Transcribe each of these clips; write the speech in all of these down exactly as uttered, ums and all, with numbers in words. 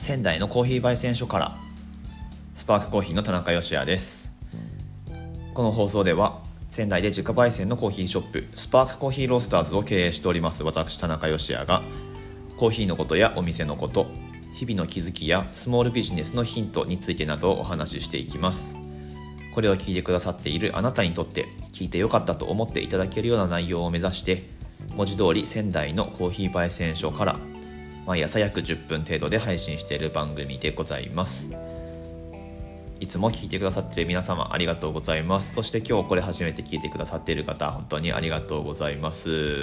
仙台のコーヒー焙煎所からスパークコーヒーの田中芳也です。この放送では仙台で自家焙煎のコーヒーショップスパークコーヒーロースターズを経営しております私田中芳也がコーヒーのことやお店のこと、日々の気づきやスモールビジネスのヒントについてなどをお話ししていきます。これを聞いてくださっているあなたにとって聞いてよかったと思っていただけるような内容を目指して文字通り仙台のコーヒー焙煎所から毎朝約じゅっぷん程度で配信している番組でございます。いつも聞いてくださっている皆様ありがとうございます。そして今日これ初めて聞いてくださっている方本当にありがとうございます。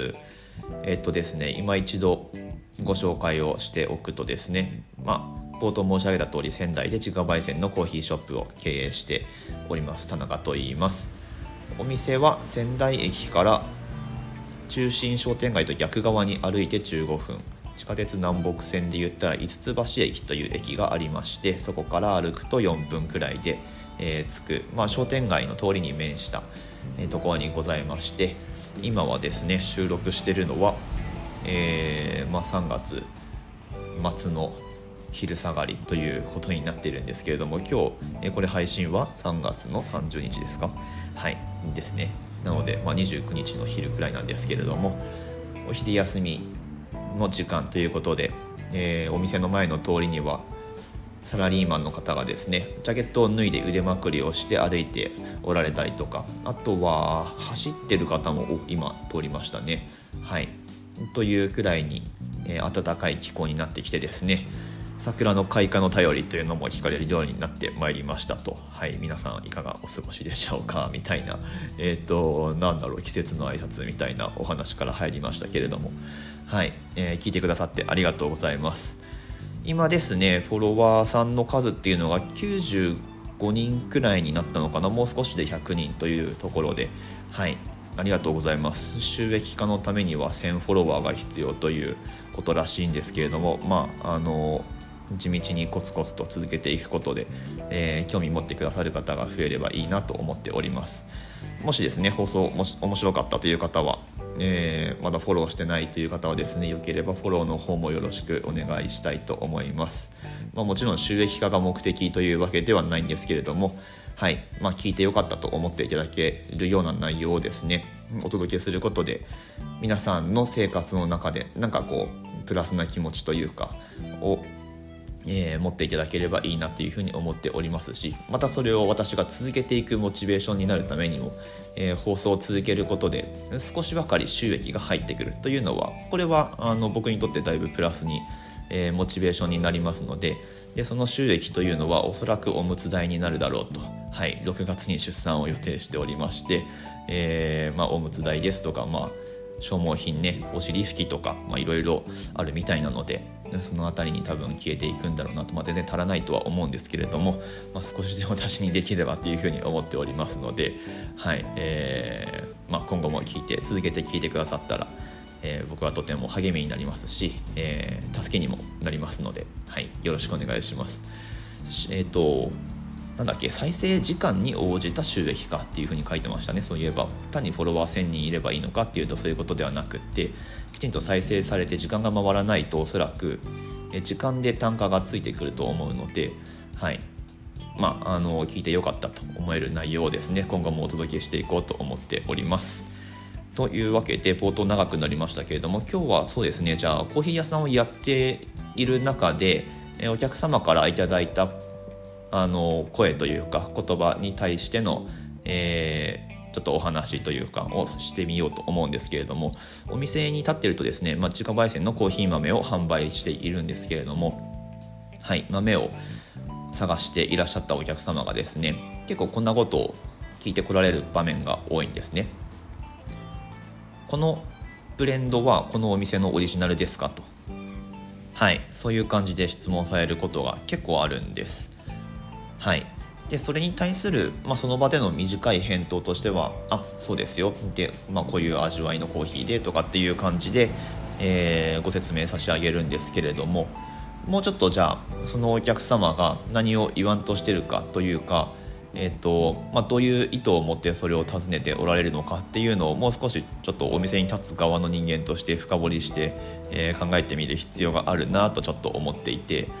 えっとですね今一度ご紹介をしておくとですね、まあ冒頭申し上げた通り仙台で自家焙煎のコーヒーショップを経営しております田中と言います。お店は仙台駅から中心商店街と逆側に歩いてじゅうごふん、地下鉄南北線で言ったら五ツ橋駅という駅がありまして、そこから歩くとよんぷんくらいで、えー、着く、まあ、商店街の通りに面した、えー、ところにございまして、今はですね収録しているのは、えーまあ、さんがつ末の昼下がりということになっているんですけれども、今日、えー、これ配信はさんがつのさんじゅうにちですか、はいですね。なので、まあ、にじゅうくにちの昼くらいなんですけれども、お昼休みの時間ということで、えー、お店の前の通りにはサラリーマンの方がですねジャケットを脱いで腕まくりをして歩いておられたりとか、あとは走ってる方も今通りましたね。はいというくらいに、えー、暖かい気候になってきてですね、桜の開花の便りというのも聞かれるようになってまいりましたと。はい、皆さんいかがお過ごしでしょうかみたいな、えっとなんだろう季節の挨拶みたいなお話から入りましたけれども、はい、えー、聞いてくださってありがとうございます。今ですねフォロワーさんの数っていうのがきゅうじゅうごにんくらいになったのかな、もう少しでひゃくにんというところで、はいありがとうございます。収益化のためにはせんフォロワーが必要ということらしいんですけれども、まああの地道にコツコツと続けていくことで、えー、興味持ってくださる方が増えればいいなと思っております。もしですね放送もし面白かったという方は、えー、まだフォローしてないという方はですねよければフォローの方もよろしくお願いしたいと思います。まあ、もちろん収益化が目的というわけではないんですけれども、はいまあ、聞いてよかったと思っていただけるような内容をですねお届けすることで、皆さんの生活の中でなんかこうプラスな気持ちというかをえー、持っていただければいいなというふうに思っておりますし、またそれを私が続けていくモチベーションになるためにも、えー、放送を続けることで少しばかり収益が入ってくるというのは、これはあの僕にとってだいぶプラスに、えー、モチベーションになりますので、でその収益というのはおそらくおむつ代になるだろうと、はい、ろくがつに出産を予定しておりまして、えーまあ、おむつ代ですとか、まあ消耗品ね、お尻拭きとかいろいろあるみたいなので、そのあたりに多分消えていくんだろうなと、まあ、全然足らないとは思うんですけれども、まあ、少しでも足しにできればというふうに思っておりますので、はいえーまあ、今後も聞いて続けて聞いてくださったら、えー、僕はとても励みになりますし、えー、助けにもなりますので、はい、よろしくお願いします。えっとなんだっけ再生時間に応じた収益化っていう風に書いてましたね。そういえば単にフォロワーせんにんいればいいのかっていうとそういうことではなくって、きちんと再生されて時間が回らないとおそらく時間で単価がついてくると思うので、はいまあ、あの聞いてよかったと思える内容をですね今後もお届けしていこうと思っております。というわけで冒頭長くなりましたけれども、今日はそうですねじゃあコーヒー屋さんをやっている中でお客様からいただいたあの声というか言葉に対しての、えー、ちょっとお話というかをしてみようと思うんですけれども、お店に立っているとですね、まあ、自家焙煎のコーヒー豆を販売しているんですけれども、はい豆を探していらっしゃったお客様がですね結構こんなことを聞いてこられる場面が多いんですね。このブレンドはこのお店のオリジナルですかと、はいそういう感じで質問されることが結構あるんです。はい、でそれに対する、まあ、その場での短い返答としてはあそうですよで、まあ、こういう味わいのコーヒーでとかっていう感じで、えー、ご説明差し上げるんですけれども、もうちょっとじゃあそのお客様が何を言わんとしてるかというか、えーとまあ、どういう意図を持ってそれを尋ねておられるのかっていうのをもう少しちょっとお店に立つ側の人間として深掘りして、えー、考えてみる必要があるなとちょっと思っていて、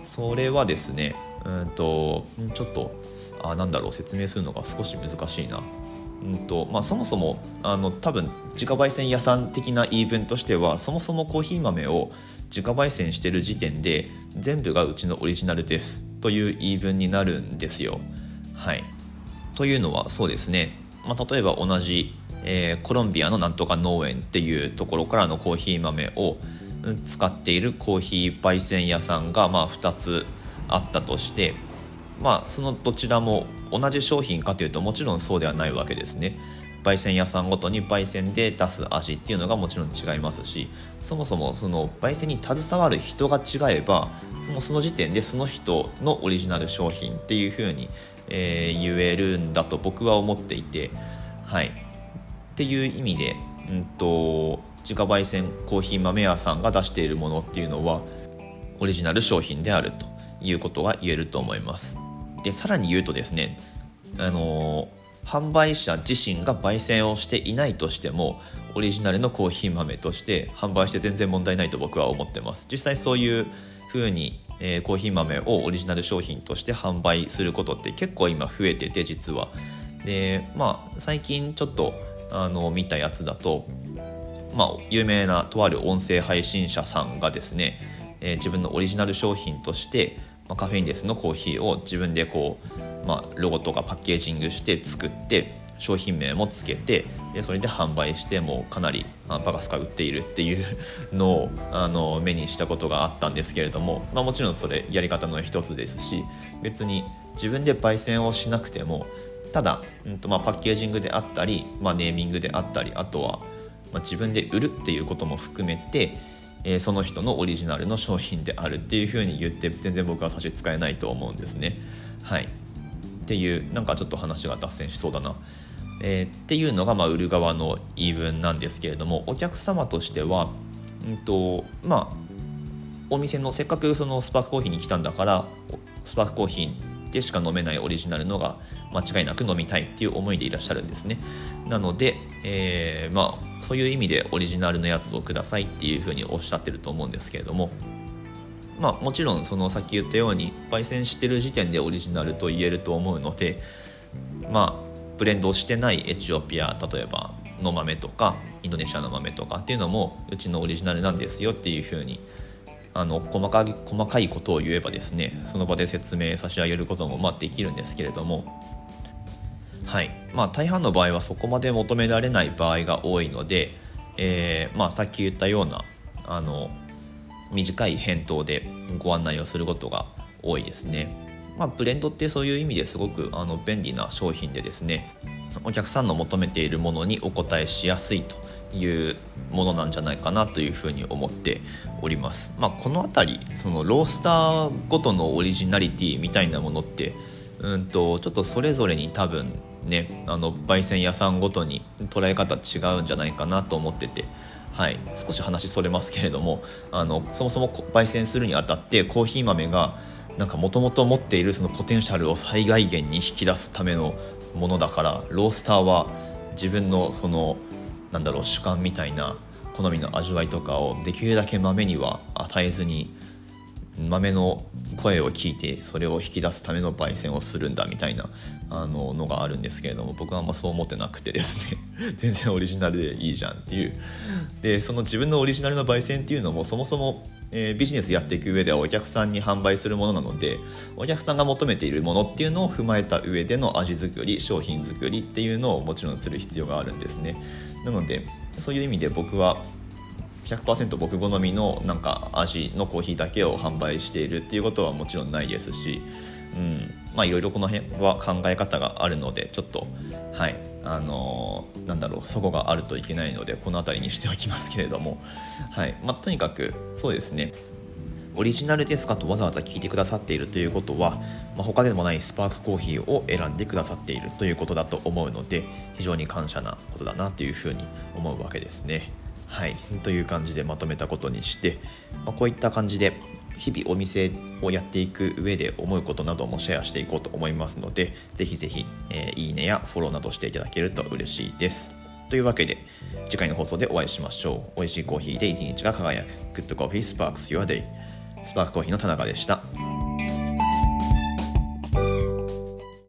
それはですねうんとちょっとあなんだろう説明するのが少し難しいな。うんとまあ、そもそもあの多分自家焙煎屋さん的な言い分としては、そもそもコーヒー豆を自家焙煎してる時点で全部がうちのオリジナルですという言い分になるんですよ。はい、というのはそうですね、まあ、例えば同じ、えー、コロンビアのなんとか農園っていうところからのコーヒー豆を使っているコーヒー焙煎屋さんがまあふたつあったとして、まあ、そのどちらも同じ商品かというともちろんそうではないわけですね。焙煎屋さんごとに焙煎で出す味っていうのがもちろん違いますし、そもそもその焙煎に携わる人が違えばそのその時点でその人のオリジナル商品っていう風に、えー、言えるんだと僕は思っていて、はい、っていう意味で、うんと自家焙煎コーヒー豆屋さんが出しているものっていうのはオリジナル商品であるということが言えると思います。でさらに言うとですね、あのー、販売者自身が焙煎をしていないとしてもオリジナルのコーヒー豆として販売して全然問題ないと僕は思ってます。実際そういう風に、えー、コーヒー豆をオリジナル商品として販売することって結構今増えてて、実はで、まあ、最近ちょっとあの見たやつだと、まあ、有名なとある音声配信者さんがですね、えー、自分のオリジナル商品としてまあ、カフェインレスのコーヒーを自分でこう、まあ、ロゴとかパッケージングして作って商品名もつけて、でそれで販売してもうかなりバカスカ売っているっていうのをあの目にしたことがあったんですけれども、まあ、もちろんそれやり方の一つですし、別に自分で焙煎をしなくてもただ、うんとまあ、パッケージングであったり、まあ、ネーミングであったり、あとは、まあ、自分で売るっていうことも含めてえー、その人のオリジナルの商品であるっていう風に言って全然僕は差し支えないと思うんですね。はい、っていうなんかちょっと話が脱線しそうだな、えー、っていうのがまあ売る側の言い分なんですけれども、お客様としては、うんとまあ、お店のせっかくそのスパークコーヒーに来たんだからスパークコーヒーでしか飲めないオリジナルのが間違いなく飲みたいっていう思いでいらっしゃるんですね。なので、えー、まあそういう意味でオリジナルのやつをくださいっていうふうにおっしゃってると思うんですけれども、まあもちろんそのさっき言ったように焙煎してる時点でオリジナルと言えると思うので、まあブレンドしてないエチオピア例えばの豆とかインドネシアの豆とかっていうのもうちのオリジナルなんですよっていうふうにあの細かい、細かいことを言えばですね、その場で説明差し上げることもまあできるんですけれども、はい、まあ大半の場合はそこまで求められない場合が多いので、えーまあ、さっき言ったようなあの短い返答でご案内をすることが多いですね。まあ、ブレンドってそういう意味ですごくあの便利な商品でですね、お客さんの求めているものにお答えしやすいというものなんじゃないかなというふうに思っております。まあ、このあたりそのロースターごとのオリジナリティみたいなものってうんとちょっとそれぞれに多分ね、あの焙煎屋さんごとに捉え方違うんじゃないかなと思ってて、はい、少し話それますけれども、あのそもそも焙煎するにあたってコーヒー豆がなんか元々持っているそのポテンシャルを最大限に引き出すためのものだから、ロースターは自分のそのなんだろう主観みたいな好みの味わいとかをできるだけ豆には与えずに、豆の声を聞いてそれを引き出すための焙煎をするんだみたいなあののがあるんですけれども、僕はあんまそう思ってなくてですね全然オリジナルでいいじゃんっていう。でその自分のオリジナルの焙煎っていうのもそもそも、えー、ビジネスやっていく上ではお客さんに販売するものなので、お客さんが求めているものっていうのを踏まえた上での味作り商品作りっていうのをもちろんする必要があるんですね。なのでそういう意味で僕はひゃくパーセント 僕好みのなんか味のコーヒーだけを販売しているっていうことはもちろんないですし、うんまあいろいろこの辺は考え方があるのでちょっとはいあのー、なんだろう齟齬があるといけないのでこの辺りにしておきますけれども、はいまあ、とにかくそうですね、オリジナルですかとわざわざ聞いてくださっているということは、まあ、他でもないスパークコーヒーを選んでくださっているということだと思うので、非常に感謝なことだなというふうに思うわけですね。はい、という感じでまとめたことにして、まあ、こういった感じで日々お店をやっていく上で思うことなどもシェアしていこうと思いますので、ぜひぜひ、えー、いいねやフォローなどしていただけると嬉しいです。というわけで次回の放送でお会いしましょう。美味しいコーヒーで一日が輝く Good Coffee Sparks Your Day。スパークコーヒーの田中でした。